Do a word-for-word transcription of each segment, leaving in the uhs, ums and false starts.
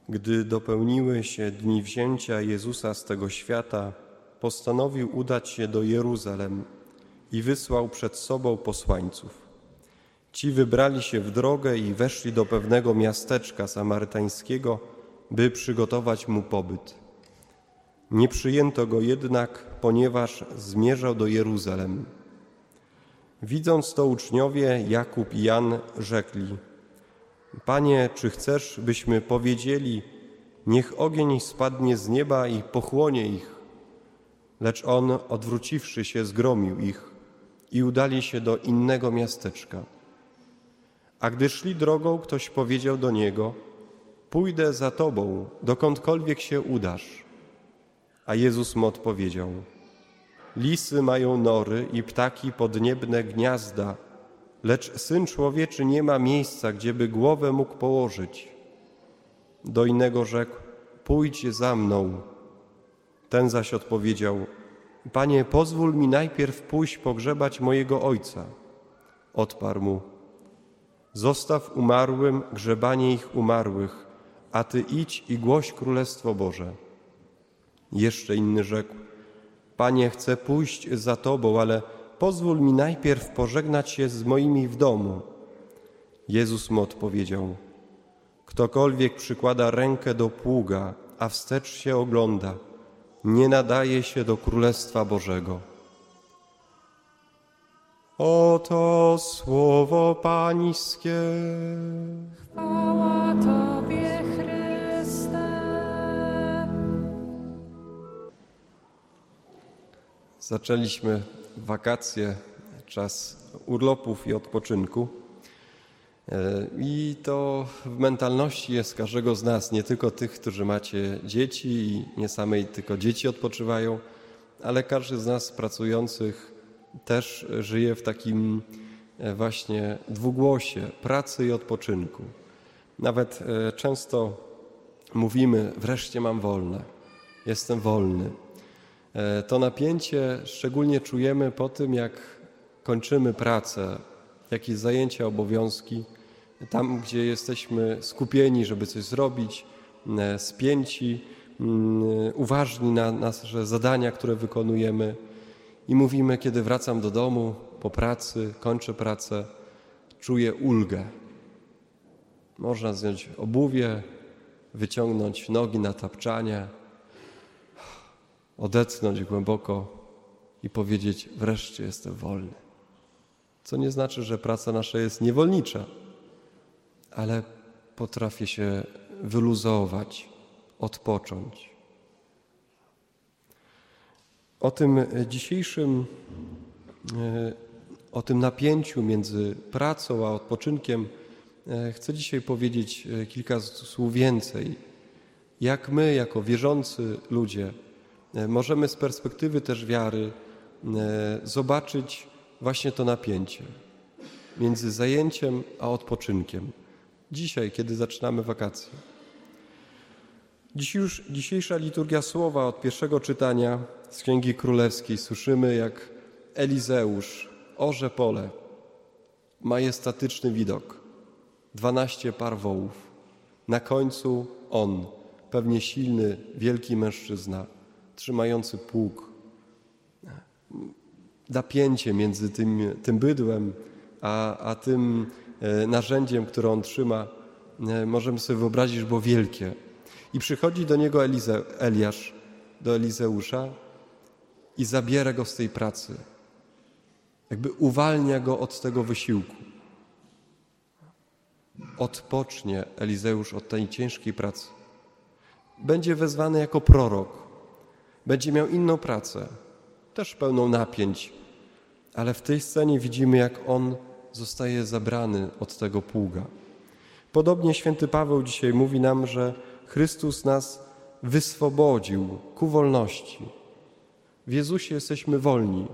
Gdy dopełniły się dni wzięcia Jezusa z tego świata, postanowił udać się do Jeruzalem i wysłał przed sobą posłańców. Ci wybrali się w drogę i weszli do pewnego miasteczka samarytańskiego, by przygotować mu pobyt. Nie przyjęto go jednak, ponieważ zmierzał do Jeruzalem. Widząc to uczniowie, Jakub i Jan rzekli: Panie, czy chcesz, byśmy powiedzieli, niech ogień spadnie z nieba i pochłonie ich? Lecz on, odwróciwszy się, zgromił ich i udali się do innego miasteczka. A gdy szli drogą, ktoś powiedział do niego: Pójdę za tobą, dokądkolwiek się udasz. A Jezus mu odpowiedział: Lisy mają nory i ptaki podniebne gniazda, lecz Syn Człowieczy nie ma miejsca, gdzieby głowę mógł położyć. Do innego rzekł: Pójdź za mną. Ten zaś odpowiedział: Panie, pozwól mi najpierw pójść pogrzebać mojego ojca. Odparł mu: Zostaw umarłym grzebanie ich umarłych, a ty idź i głoś Królestwo Boże. Jeszcze inny rzekł: Panie, chcę pójść za Tobą, ale pozwól mi najpierw pożegnać się z moimi w domu. Jezus mu odpowiedział: Ktokolwiek przykłada rękę do pługa, a wstecz się ogląda, nie nadaje się do Królestwa Bożego. Oto słowo Pańskie. Chwała Tobie, Chryste. Zaczęliśmy wakacje, czas urlopów i odpoczynku. I to w mentalności jest każdego z nas, nie tylko tych, którzy macie dzieci i nie samej tylko dzieci odpoczywają, ale każdy z nas pracujących też żyje w takim właśnie dwugłosie pracy i odpoczynku. Nawet często mówimy: wreszcie mam wolne, jestem wolny. To napięcie szczególnie czujemy po tym, jak kończymy pracę, jakieś zajęcia, obowiązki, tam, gdzie jesteśmy skupieni, żeby coś zrobić, spięci, uważni na nasze zadania, które wykonujemy i mówimy: kiedy wracam do domu po pracy, kończę pracę, czuję ulgę. Można zdjąć obuwie, wyciągnąć nogi na tapczanie, odetchnąć głęboko i powiedzieć: wreszcie jestem wolny. Co nie znaczy, że praca nasza jest niewolnicza, ale potrafię się wyluzować, odpocząć. O tym dzisiejszym, o tym napięciu między pracą a odpoczynkiem chcę dzisiaj powiedzieć kilka słów więcej. Jak my, jako wierzący ludzie, możemy z perspektywy też wiary zobaczyć właśnie to napięcie między zajęciem a odpoczynkiem. Dzisiaj, kiedy zaczynamy wakacje. Dziś już, dzisiejsza liturgia słowa od pierwszego czytania z Księgi Królewskiej słyszymy, jak Elizeusz orze pole. Majestatyczny widok. Dwanaście par wołów. Na końcu on, pewnie silny, wielki mężczyzna, trzymający pług. Napięcie między tym, tym bydłem, a, a tym narzędziem, które on trzyma, możemy sobie wyobrazić, że było wielkie. I przychodzi do niego Elize, Eliasz, do Elizeusza i zabiera go z tej pracy. Jakby uwalnia go od tego wysiłku. Odpocznie Elizeusz od tej ciężkiej pracy. Będzie wezwany jako prorok. Będzie miał inną pracę, też pełną napięć. Ale w tej scenie widzimy, jak on zostaje zabrany od tego pługa. Podobnie święty Paweł dzisiaj mówi nam, że Chrystus nas wyswobodził ku wolności. W Jezusie jesteśmy wolni.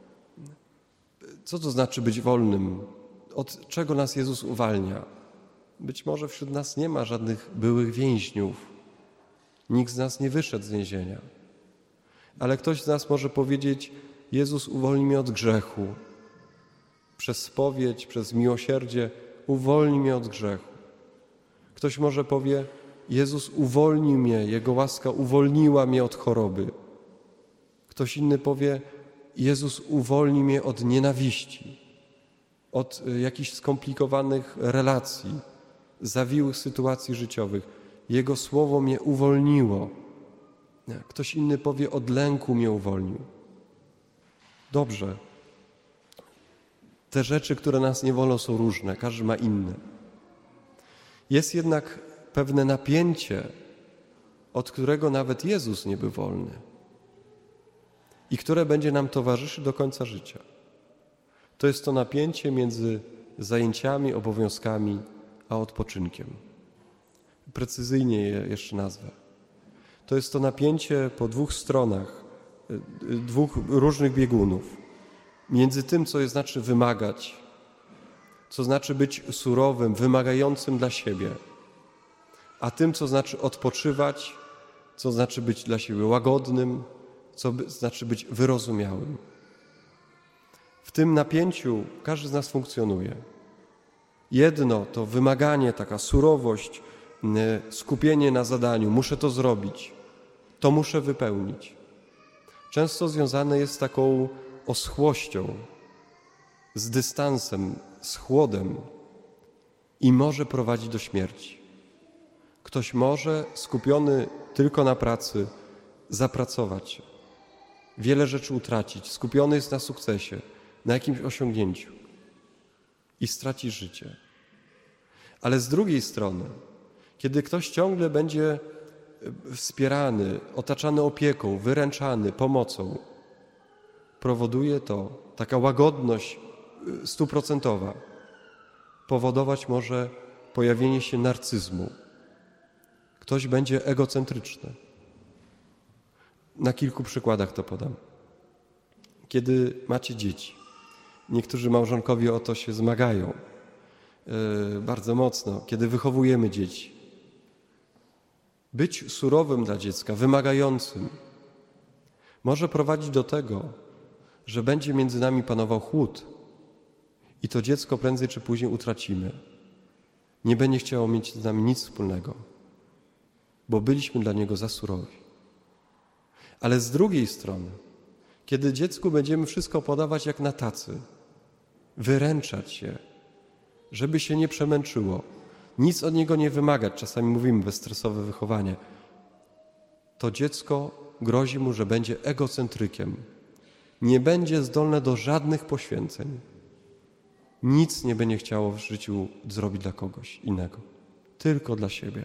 Co to znaczy być wolnym? Od czego nas Jezus uwalnia? Być może wśród nas nie ma żadnych byłych więźniów. Nikt z nas nie wyszedł z więzienia. Ale ktoś z nas może powiedzieć: Jezus, uwolnij mnie od grzechu. Przez spowiedź, przez miłosierdzie uwolnij mnie od grzechu. Ktoś może powie: Jezus uwolnił mnie, Jego łaska uwolniła mnie od choroby. Ktoś inny powie, Jezus uwolnił mnie od nienawiści, od jakichś skomplikowanych relacji, zawiłych sytuacji życiowych. Jego słowo mnie uwolniło. Ktoś inny powie, od lęku mnie uwolnił. Dobrze. Te rzeczy, które nas nie wolą, są różne, każdy ma inne. Jest jednak pewne napięcie, od którego nawet Jezus nie był wolny i które będzie nam towarzyszyć do końca życia. To jest to napięcie między zajęciami, obowiązkami, a odpoczynkiem. Precyzyjnie je jeszcze nazwę. To jest to napięcie po dwóch stronach, dwóch różnych biegunów. Między tym, co znaczy wymagać, co znaczy być surowym, wymagającym dla siebie, a tym, co znaczy odpoczywać, co znaczy być dla siebie łagodnym, co znaczy być wyrozumiałym. W tym napięciu każdy z nas funkcjonuje. Jedno to wymaganie, taka surowość, skupienie na zadaniu. Muszę to zrobić. To muszę wypełnić. Często związane jest z taką oschłością, z dystansem, z chłodem i może prowadzić do śmierci. Ktoś może skupiony tylko na pracy zapracować się, wiele rzeczy utracić, skupiony jest na sukcesie, na jakimś osiągnięciu i straci życie. Ale z drugiej strony, kiedy ktoś ciągle będzie wspierany, otaczany opieką, wyręczany, pomocą, powoduje to, taka łagodność stuprocentowa, powodować może pojawienie się narcyzmu. Ktoś będzie egocentryczny. Na kilku przykładach to podam. Kiedy macie dzieci, niektórzy małżonkowie o to się zmagają yy, bardzo mocno, kiedy wychowujemy dzieci. Być surowym dla dziecka, wymagającym, może prowadzić do tego, że będzie między nami panował chłód i to dziecko prędzej czy później utracimy. Nie będzie chciało mieć z nami nic wspólnego, bo byliśmy dla niego za surowi. Ale z drugiej strony, kiedy dziecku będziemy wszystko podawać jak na tacy, wyręczać się, żeby się nie przemęczyło, nic od niego nie wymagać, czasami mówimy bezstresowe wychowanie, to dziecko grozi mu, że będzie egocentrykiem, nie będzie zdolne do żadnych poświęceń, nic nie będzie chciało w życiu zrobić dla kogoś innego, tylko dla siebie.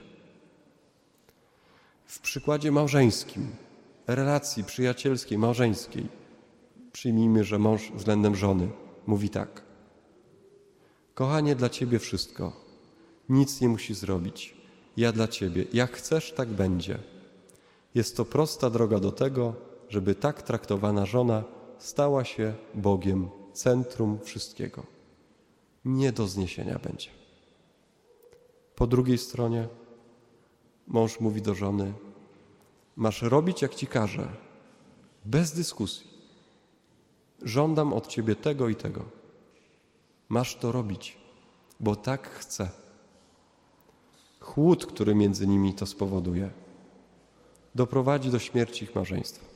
W przykładzie małżeńskim, relacji przyjacielskiej, małżeńskiej, przyjmijmy, że mąż względem żony mówi tak: kochanie, dla Ciebie wszystko, nic nie musi zrobić, ja dla Ciebie, jak chcesz, tak będzie. Jest to prosta droga do tego, żeby tak traktowana żona stała się Bogiem, centrum wszystkiego. Nie do zniesienia będzie. Po drugiej stronie mąż mówi do żony: masz robić, jak ci każę, bez dyskusji. Żądam od ciebie tego i tego. Masz to robić, bo tak chcę. Chłód, który między nimi to spowoduje, doprowadzi do śmierci ich małżeństwa.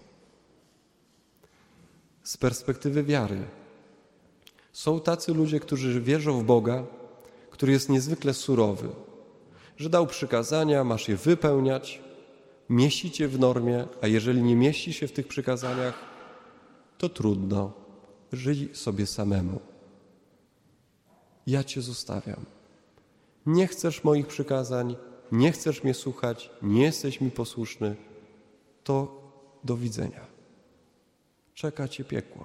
Z perspektywy wiary są tacy ludzie, którzy wierzą w Boga, który jest niezwykle surowy, że dał przykazania, masz je wypełniać, mieścić je w normie, a jeżeli nie mieści się w tych przykazaniach, to trudno, żyj sobie samemu. Ja Cię zostawiam. Nie chcesz moich przykazań, nie chcesz mnie słuchać, nie jesteś mi posłuszny, to do widzenia. Czeka Cię piekło.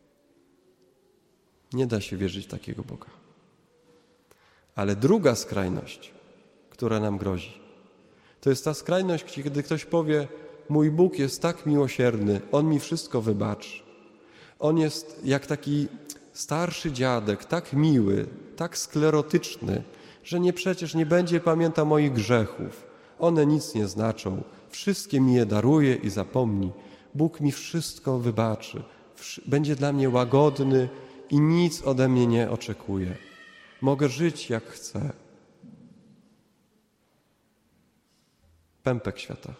Nie da się wierzyć w takiego Boga. Ale druga skrajność, która nam grozi, to jest ta skrajność, kiedy ktoś powie: mój Bóg jest tak miłosierny, On mi wszystko wybaczy. On jest jak taki starszy dziadek, tak miły, tak sklerotyczny, że nie przecież nie będzie pamiętał moich grzechów. One nic nie znaczą. Wszystkie mi je daruje i zapomni. Bóg mi wszystko wybaczy. Będzie dla mnie łagodny i nic ode mnie nie oczekuje. Mogę żyć jak chcę. pępek świata.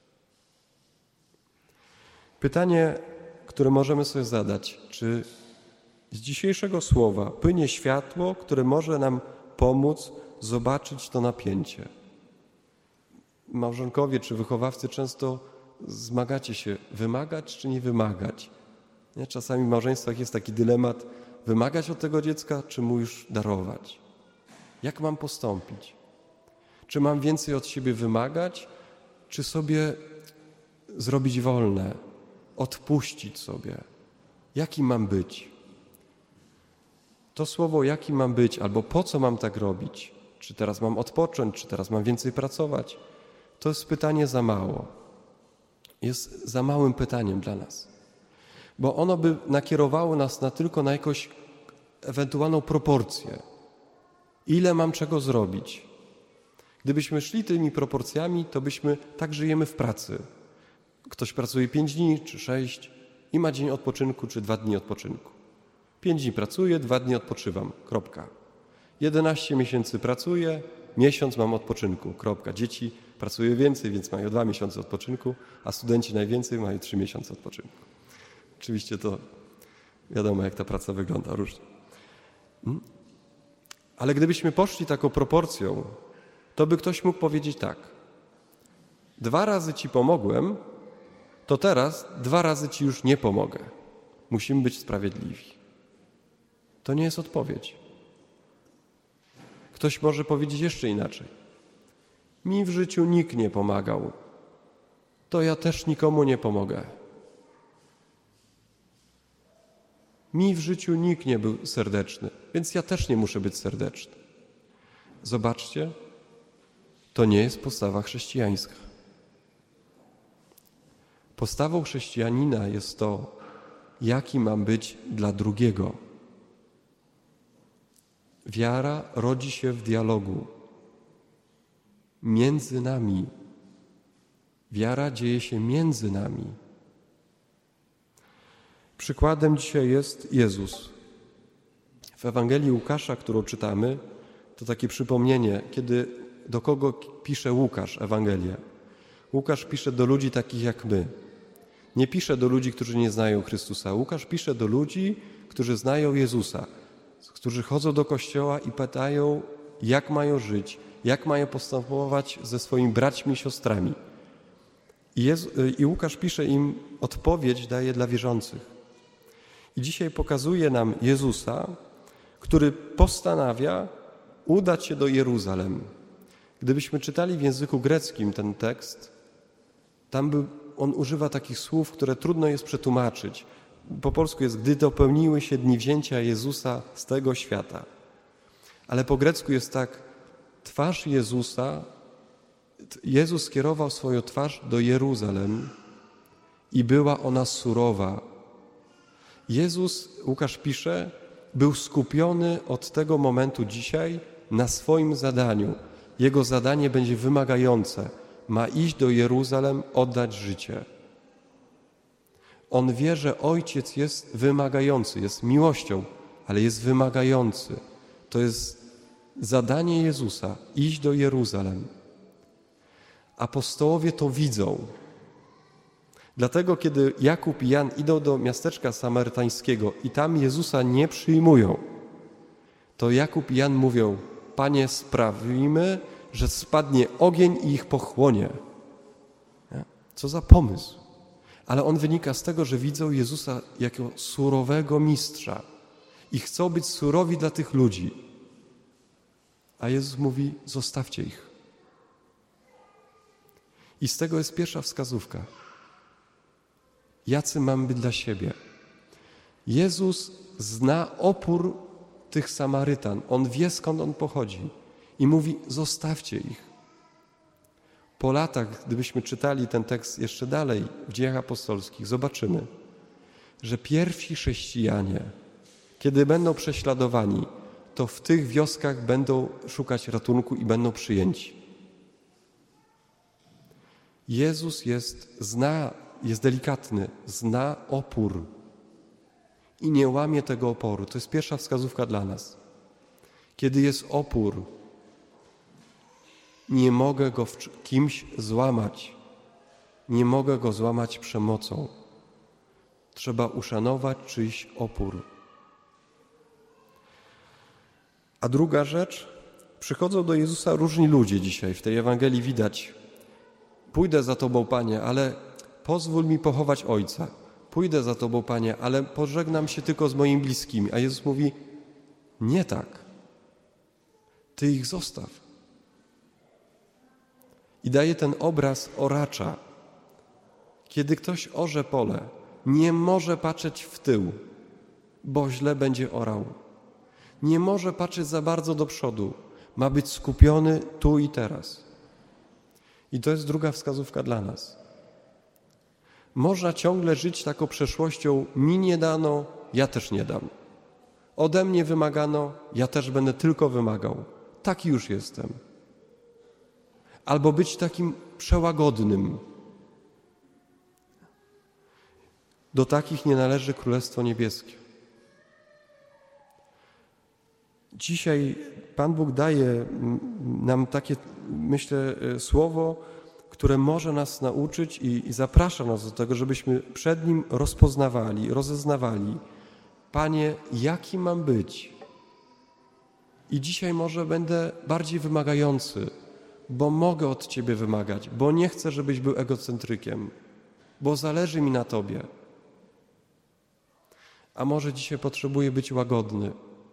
Pytanie, które możemy sobie zadać, czy z dzisiejszego słowa płynie światło, które może nam pomóc zobaczyć to napięcie. Małżonkowie czy wychowawcy często zmagacie się, wymagać czy nie wymagać. Nie? Czasami w małżeństwach jest taki dylemat, wymagać od tego dziecka, czy mu już darować. Jak mam postąpić? Czy mam więcej od siebie wymagać, czy sobie zrobić wolne, odpuścić sobie? Jaki mam być? To słowo, jaki mam być, albo po co mam tak robić? Czy teraz mam odpocząć, czy teraz mam więcej pracować? To jest pytanie za mało. Jest za małym pytaniem dla nas. Bo ono by nakierowało nas na tylko na jakąś ewentualną proporcję. Ile mam czego zrobić? Gdybyśmy szli tymi proporcjami, to byśmy tak żyjemy w pracy. Ktoś pracuje pięć dni czy sześć i ma dzień odpoczynku czy dwa dni odpoczynku. Pięć dni pracuję, dwa dni odpoczywam. Kropka. Jedenaście miesięcy pracuję, miesiąc mam odpoczynku. Kropka. Dzieci pracują więcej, więc mają dwa miesiące odpoczynku, a studenci najwięcej mają trzy miesiące odpoczynku. Oczywiście to wiadomo, jak ta praca wygląda różnie. Ale gdybyśmy poszli taką proporcją, to by ktoś mógł powiedzieć tak. Dwa razy ci pomogłem, to teraz dwa razy ci już nie pomogę. Musimy być sprawiedliwi. To nie jest odpowiedź. Ktoś może powiedzieć jeszcze inaczej. Mi w życiu nikt nie pomagał, to ja też nikomu nie pomogę. Mi w życiu nikt nie był serdeczny, więc ja też nie muszę być serdeczny. Zobaczcie, to nie jest postawa chrześcijańska. Postawą chrześcijanina jest to, jaki mam być dla drugiego. Wiara rodzi się w dialogu między nami. Wiara dzieje się między nami. Przykładem dzisiaj jest Jezus. W Ewangelii Łukasza, którą czytamy, to takie przypomnienie, kiedy do kogo pisze Łukasz Ewangelię. Łukasz pisze do ludzi takich jak my. Nie pisze do ludzi, którzy nie znają Chrystusa. Łukasz pisze do ludzi, którzy znają Jezusa, którzy chodzą do kościoła i pytają, jak mają żyć, jak mają postępować ze swoimi braćmi i siostrami. I, Jezu, I Łukasz pisze im, odpowiedź daje dla wierzących. I dzisiaj pokazuje nam Jezusa, który postanawia udać się do Jeruzalem. Gdybyśmy czytali w języku greckim ten tekst, tam by on używa takich słów, które trudno jest przetłumaczyć. Po polsku jest, gdy dopełniły się dni wzięcia Jezusa z tego świata. Ale po grecku jest tak, twarz Jezusa, Jezus skierował swoją twarz do Jeruzalem i była ona surowa. Jezus, Łukasz pisze, był skupiony od tego momentu dzisiaj na swoim zadaniu. Jego zadanie będzie wymagające. Ma iść do Jeruzalem, oddać życie. On wie, że Ojciec jest wymagający, jest miłością, ale jest wymagający. To jest zadanie Jezusa, iść do Jeruzalem. Apostołowie to widzą. Dlatego, kiedy Jakub i Jan idą do miasteczka samarytańskiego i tam Jezusa nie przyjmują, to Jakub i Jan mówią, Panie, sprawimy, że spadnie ogień i ich pochłonie. Nie? Co za pomysł. Ale on wynika z tego, że widzą Jezusa jako surowego mistrza i chcą być surowi dla tych ludzi. A Jezus mówi, zostawcie ich. I z tego jest pierwsza wskazówka. Jacy mamy być dla siebie? Jezus zna opór tych Samarytan. On wie, skąd on pochodzi. I mówi, zostawcie ich. Po latach, gdybyśmy czytali ten tekst jeszcze dalej w Dziejach Apostolskich, zobaczymy, że pierwsi chrześcijanie, kiedy będą prześladowani, to w tych wioskach będą szukać ratunku i będą przyjęci. Jezus jest, zna, jest delikatny, zna opór i nie łamie tego oporu. To jest pierwsza wskazówka dla nas. Kiedy jest opór, Nie mogę go w kimś złamać. Nie mogę go złamać przemocą. Trzeba uszanować czyjś opór. A druga rzecz, przychodzą do Jezusa różni ludzie dzisiaj. W tej Ewangelii widać, pójdę za Tobą, Panie, ale pozwól mi pochować Ojca. Pójdę za Tobą, Panie, ale pożegnam się tylko z moimi bliskimi. A Jezus mówi, nie tak. Ty ich zostaw. I daje ten obraz oracza. Kiedy ktoś orze pole, nie może patrzeć w tył, bo źle będzie orał. Nie może patrzeć za bardzo do przodu. Ma być skupiony tu i teraz. I to jest druga wskazówka dla nas. Można ciągle żyć taką przeszłością, mi nie dano, ja też nie dam. Ode mnie wymagano, ja też będę tylko wymagał. Taki już jestem. Albo być takim przełagodnym. Do takich nie należy Królestwo Niebieskie. Dzisiaj Pan Bóg daje nam takie, myślę, słowo, które może nas nauczyć i, i zaprasza nas do tego, żebyśmy przed Nim rozpoznawali, rozeznawali. Panie, jaki mam być? I dzisiaj może będę bardziej wymagający, bo mogę od Ciebie wymagać, bo nie chcę, żebyś był egocentrykiem, bo zależy mi na Tobie. A może dzisiaj potrzebuję być łagodny.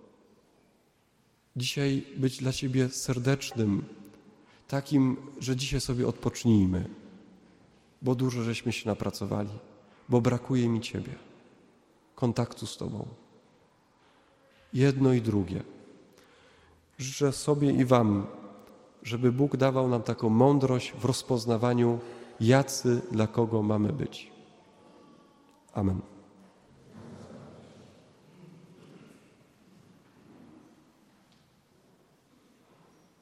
Dzisiaj być dla Ciebie serdecznym, takim, że dzisiaj sobie odpocznijmy, bo dużo żeśmy się napracowali, bo brakuje mi Ciebie, kontaktu z Tobą. Jedno i drugie. Życzę sobie i Wam, żeby Bóg dawał nam taką mądrość w rozpoznawaniu, jacy dla kogo mamy być. Amen.